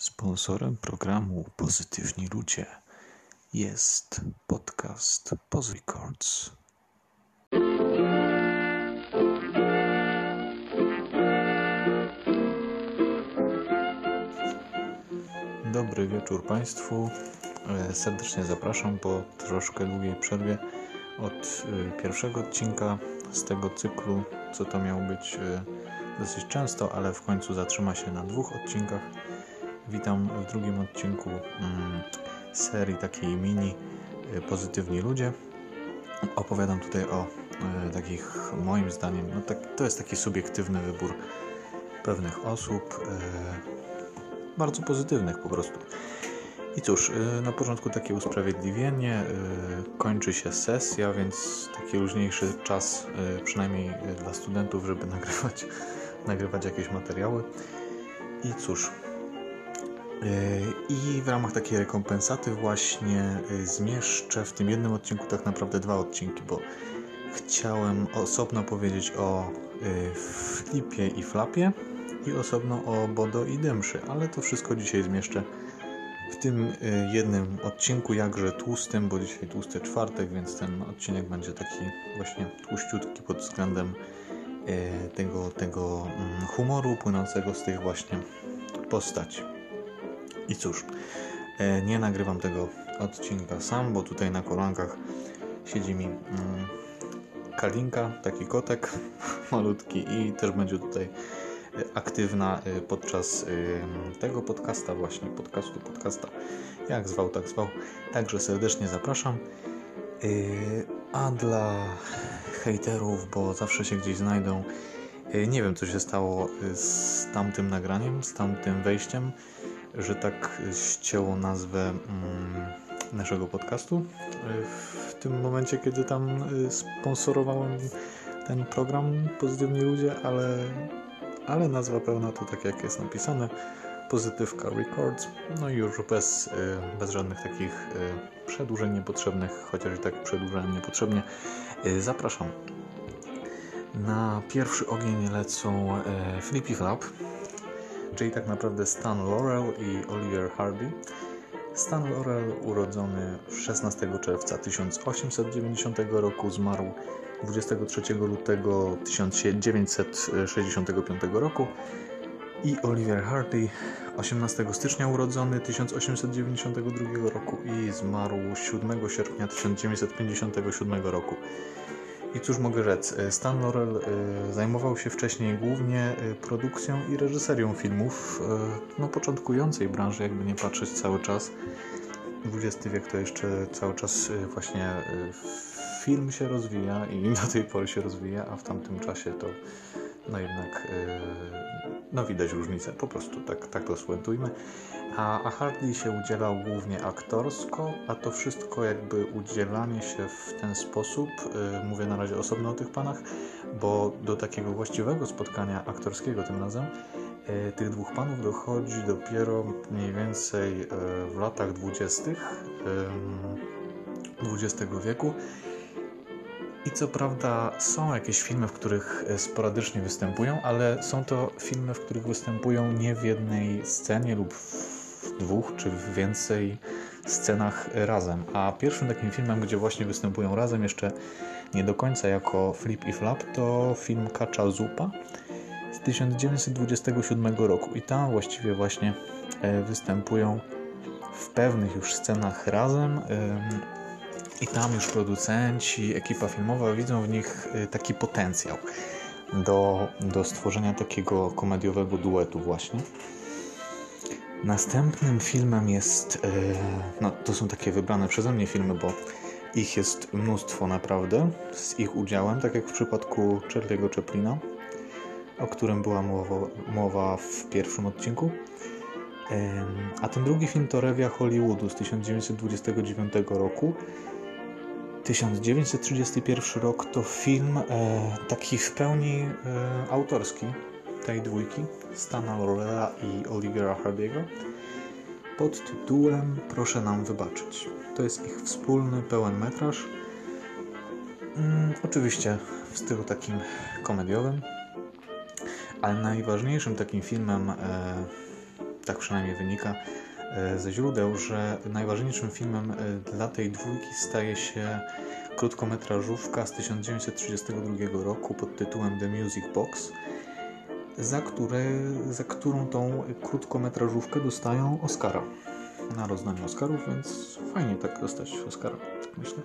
Sponsorem programu Pozytywni Ludzie jest podcast Poz Records. Dobry wieczór Państwu. Serdecznie zapraszam po troszkę długiej przerwie od pierwszego odcinka z tego cyklu, co to miało być dosyć często, ale w końcu zatrzyma się na 2 odcinkach. Witam w drugim odcinku serii takiej mini Pozytywni Ludzie. Opowiadam tutaj o takich, moim zdaniem, to jest taki subiektywny wybór pewnych osób, bardzo pozytywnych po prostu. I cóż, na początku takie usprawiedliwienie, kończy się sesja, więc taki luźniejszy czas, przynajmniej dla studentów, żeby nagrywać jakieś materiały. I cóż, i w ramach takiej rekompensaty właśnie zmieszczę w tym jednym odcinku tak naprawdę 2 odcinki, bo chciałem osobno powiedzieć o Flipie i Flapie i osobno o Bodo i Dymszy, ale to wszystko dzisiaj zmieszczę w tym jednym odcinku, jakże tłustym, bo dzisiaj tłusty czwartek, więc ten odcinek będzie taki właśnie tłuściutki pod względem tego humoru płynącego z tych właśnie postaci. I cóż, nie nagrywam tego odcinka sam, bo tutaj na kolankach siedzi mi Kalinka, taki kotek malutki i też będzie tutaj aktywna podczas tego podcasta, jak zwał, tak zwał. Także serdecznie zapraszam. A dla hejterów, bo zawsze się gdzieś znajdą, nie wiem co się stało z tamtym nagraniem, z tamtym wejściem, że tak ścięło nazwę naszego podcastu w tym momencie, kiedy tam sponsorowałem ten program Pozytywni Ludzie, ale nazwa pełna to tak jak jest napisane, Pozytywka Records, no i już bez żadnych takich przedłużeń niepotrzebnych, chociaż i tak przedłużałem niepotrzebnie. Zapraszam. Na pierwszy ogień lecą Flip i Flap, czyli tak naprawdę Stan Laurel i Oliver Hardy. Stan Laurel urodzony 16 czerwca 1890 roku, zmarł 23 lutego 1965 roku i Oliver Hardy 18 stycznia urodzony 1892 roku i zmarł 7 sierpnia 1957 roku. I cóż mogę rzec, Stan Laurel zajmował się wcześniej głównie produkcją i reżyserią filmów, początkującej branży, jakby nie patrzeć cały czas. XX wiek to jeszcze cały czas właśnie film się rozwija i do tej pory się rozwija, a w tamtym czasie to jednak widać różnicę, po prostu tak to spuentujmy. A Hardy się udzielał głównie aktorsko, a to wszystko jakby udzielanie się w ten sposób, mówię na razie osobno o tych panach, bo do takiego właściwego spotkania aktorskiego tym razem tych 2 panów dochodzi dopiero mniej więcej w latach 20. XX wieku. I co prawda są jakieś filmy, w których sporadycznie występują, ale są to filmy, w których występują nie w jednej scenie lub w 2 czy w więcej scenach razem. A pierwszym takim filmem, gdzie właśnie występują razem, jeszcze nie do końca jako Flip i Flap, to film Kacza Zupa z 1927 roku. I tam właściwie właśnie występują w pewnych już scenach razem. I tam już producenci, ekipa filmowa widzą w nich taki potencjał do stworzenia takiego komediowego duetu właśnie. Następnym filmem jest, to są takie wybrane przeze mnie filmy, bo ich jest mnóstwo naprawdę z ich udziałem, tak jak w przypadku Charlie'ego Chaplina, o którym była mowa w pierwszym odcinku. A ten drugi film to Rewia Hollywoodu z 1929 roku. 1931 rok to film taki w pełni autorski tej dwójki, Stana Laurela i Olivera Hardy'ego, pod tytułem Proszę nam wybaczyć. To jest ich wspólny pełen-metraż, oczywiście w stylu takim komediowym, ale najważniejszym takim filmem tak przynajmniej wynika ze źródeł, że najważniejszym filmem dla tej dwójki staje się krótkometrażówka z 1932 roku pod tytułem The Music Box, za którą tą krótkometrażówkę dostają Oscara. Na rozdaniu Oscarów, więc fajnie tak dostać Oscara, tak myślę.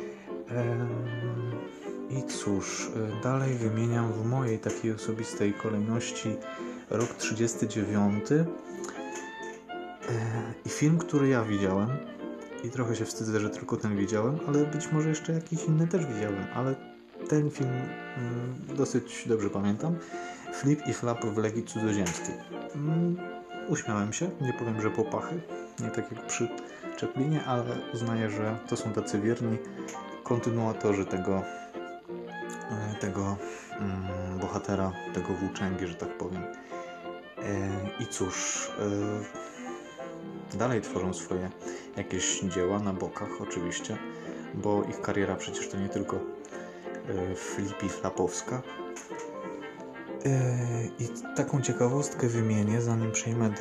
I cóż, dalej wymieniam w mojej takiej osobistej kolejności rok 39 i film, który ja widziałem i trochę się wstydzę, że tylko ten widziałem, ale być może jeszcze jakiś inny też widziałem, ale ten film dosyć dobrze pamiętam. Flip i Flap w Legii Cudzoziemskiej. Uśmiałem się, nie powiem, że po pachy, nie tak jak przy Chaplinie, ale uznaję, że to są tacy wierni kontynuatorzy tego bohatera, tego włóczęgi, że tak powiem. I cóż, dalej tworzą swoje jakieś dzieła na bokach oczywiście, bo ich kariera przecież to nie tylko Flipi Flapowska. I taką ciekawostkę wymienię, zanim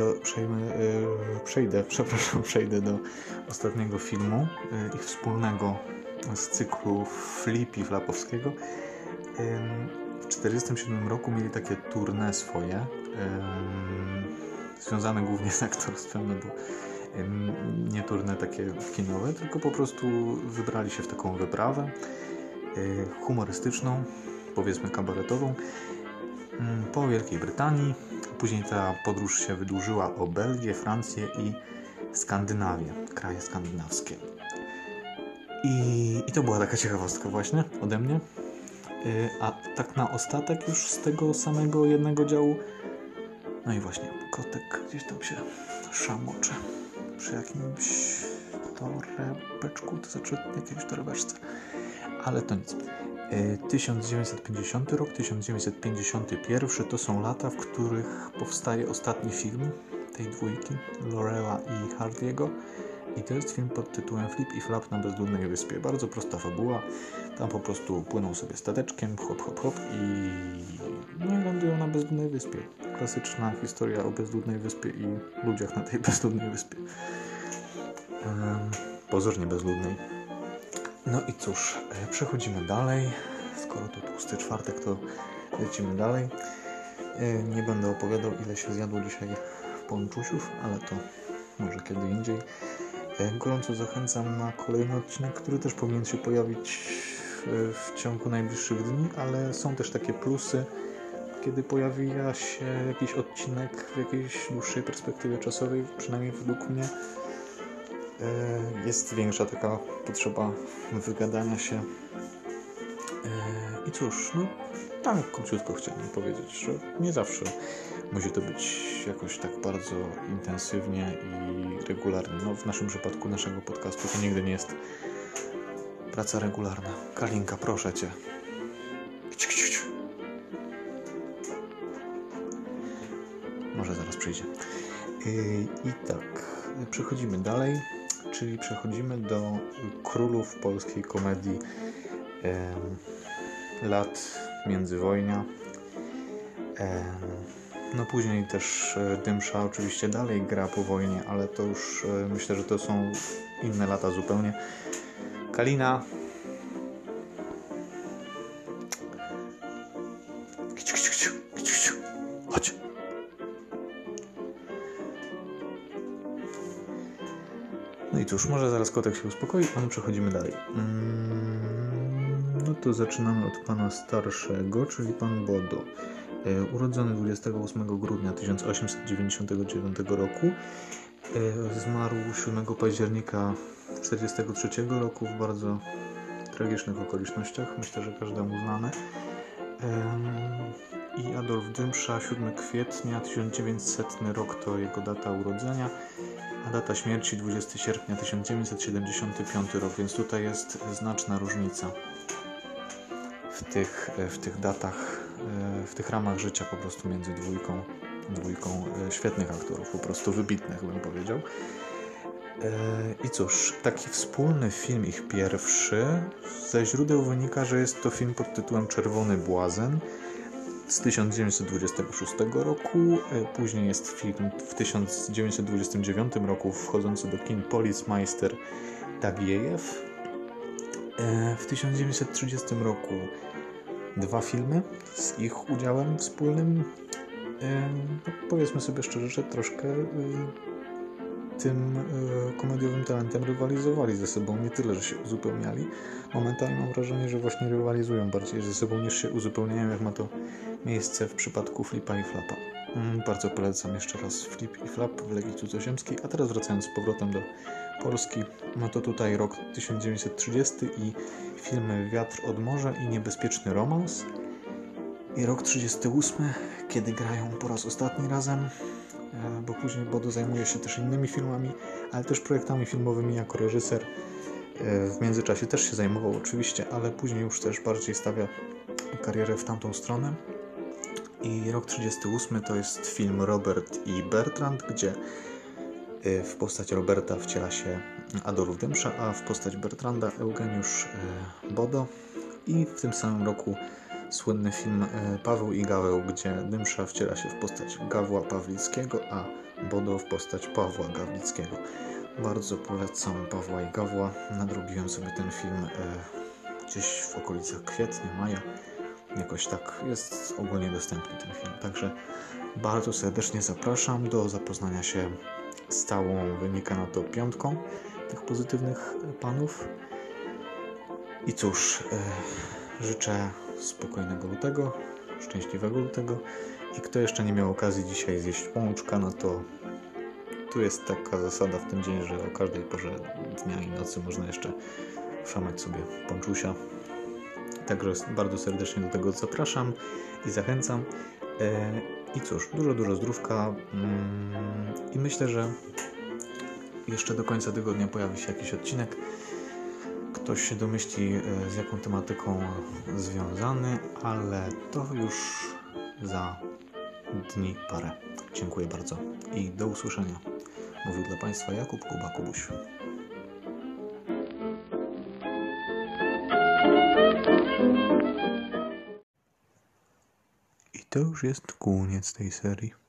przejdę do ostatniego filmu ich wspólnego z cyklu Flipi Flapowskiego. W 1947 roku mieli takie tournée swoje, związane głównie z aktorstwem, no bo nie tournée takie kinowe, tylko po prostu wybrali się w taką wyprawę humorystyczną, powiedzmy kabaretową, po Wielkiej Brytanii. Później ta podróż się wydłużyła o Belgię, Francję i Skandynawię, kraje skandynawskie. I to była taka ciekawostka właśnie ode mnie. A tak na ostatek już z tego samego jednego działu, no i właśnie kotek gdzieś tam się szamocze przy jakimś torebeczku, to znaczy jakiejś torebeczce, ale to nic. 1950 rok, 1951 to są lata, w których powstaje ostatni film tej dwójki, Laurela i Hardy'ego, i to jest film pod tytułem Flip i Flap na bezludnej wyspie. Bardzo prosta fabuła, tam po prostu płyną sobie stateczkiem, hop, hop, hop i lądują na bezludnej wyspie. Klasyczna historia o bezludnej wyspie i ludziach na tej bezludnej wyspie. Pozornie bezludnej. No i cóż, przechodzimy dalej. Skoro to tłusty czwartek, to lecimy dalej. Nie będę opowiadał, ile się zjadło dzisiaj ponczusiów, ale to może kiedy indziej. Gorąco zachęcam na kolejny odcinek, który też powinien się pojawić w ciągu najbliższych dni, ale są też takie plusy, kiedy pojawia się jakiś odcinek w jakiejś dłuższej perspektywie czasowej, przynajmniej według mnie. Jest większa taka potrzeba wygadania się. I cóż, no tak króciutko chciałem powiedzieć, że nie zawsze musi to być jakoś tak bardzo intensywnie i regularnie. No w naszym przypadku naszego podcastu to nigdy nie jest praca regularna. Kalinka, proszę Cię. Może zaraz przyjdzie. I tak, przechodzimy dalej, czyli przechodzimy do królów polskiej komedii lat międzywojnia. No później też Dymsza oczywiście dalej gra po wojnie, ale to już myślę, że to są inne lata zupełnie. Kalina. Chodź. No i cóż, może zaraz kotek się uspokoi, a my przechodzimy dalej. No to zaczynamy od pana starszego, czyli pan Bodo. Urodzony 28 grudnia 1899 roku. Zmarł 7 października 1943 roku w bardzo tragicznych okolicznościach. Myślę, że każdemu znane. I Adolf Dymsza, 7 kwietnia 1900 rok to jego data urodzenia, a data śmierci 20 sierpnia 1975 rok, więc tutaj jest znaczna różnica w tych datach, w tych ramach życia po prostu między dwójką świetnych aktorów, po prostu wybitnych bym powiedział. I cóż, taki wspólny film ich pierwszy, ze źródeł wynika, że jest to film pod tytułem Czerwony Błazen, z 1926 roku. Później jest film w 1929 roku wchodzący do kin Policmeister Tagiejew. W 1930 roku 2 filmy z ich udziałem wspólnym. Powiedzmy sobie szczerze, że troszkę tym komediowym talentem rywalizowali ze sobą. Nie tyle, że się uzupełniali. Momentami mam wrażenie, że właśnie rywalizują bardziej ze sobą niż się uzupełniają, jak ma to miejsce w przypadku Flipa i Flapa. Bardzo polecam jeszcze raz Flip i Flap w Legii Cudzoziemskiej. A teraz wracając z powrotem do Polski, no to tutaj rok 1930 i filmy Wiatr od morza i Niebezpieczny romans. I rok 1938, kiedy grają po raz ostatni razem, bo później Bodo zajmuje się też innymi filmami, ale też projektami filmowymi jako reżyser. W międzyczasie też się zajmował oczywiście, ale później już też bardziej stawia karierę w tamtą stronę. I rok 1938 to jest film Robert i Bertrand, gdzie w postać Roberta wciela się Adolf Dymsza, a w postać Bertranda Eugeniusz Bodo. I w tym samym roku słynny film Paweł i Gaweł, gdzie Dymsza wciela się w postać Gawła Pawlickiego, a Bodo w postać Pawła Gawlickiego. Bardzo polecam Pawła i Gawła. Nadrobiłem sobie ten film gdzieś w okolicach kwietnia, maja. Jakoś tak jest ogólnie dostępny ten film. Także bardzo serdecznie zapraszam do zapoznania się z całą, wynika na to 5 tych pozytywnych panów. I cóż, życzę spokojnego lutego, szczęśliwego lutego. I kto jeszcze nie miał okazji dzisiaj zjeść pączka, no to tu jest taka zasada w tym dzień, że o każdej porze dnia i nocy można jeszcze szamać sobie pączusia. Także bardzo serdecznie do tego zapraszam i zachęcam. I cóż, dużo zdrówka. I myślę, że jeszcze do końca tygodnia pojawi się jakiś odcinek. Ktoś się domyśli, z jaką tematyką związany, ale to już za dni parę. Dziękuję bardzo i do usłyszenia. Mówił dla Państwa Jakub Kuba-Kubuś. I to już jest koniec tej serii.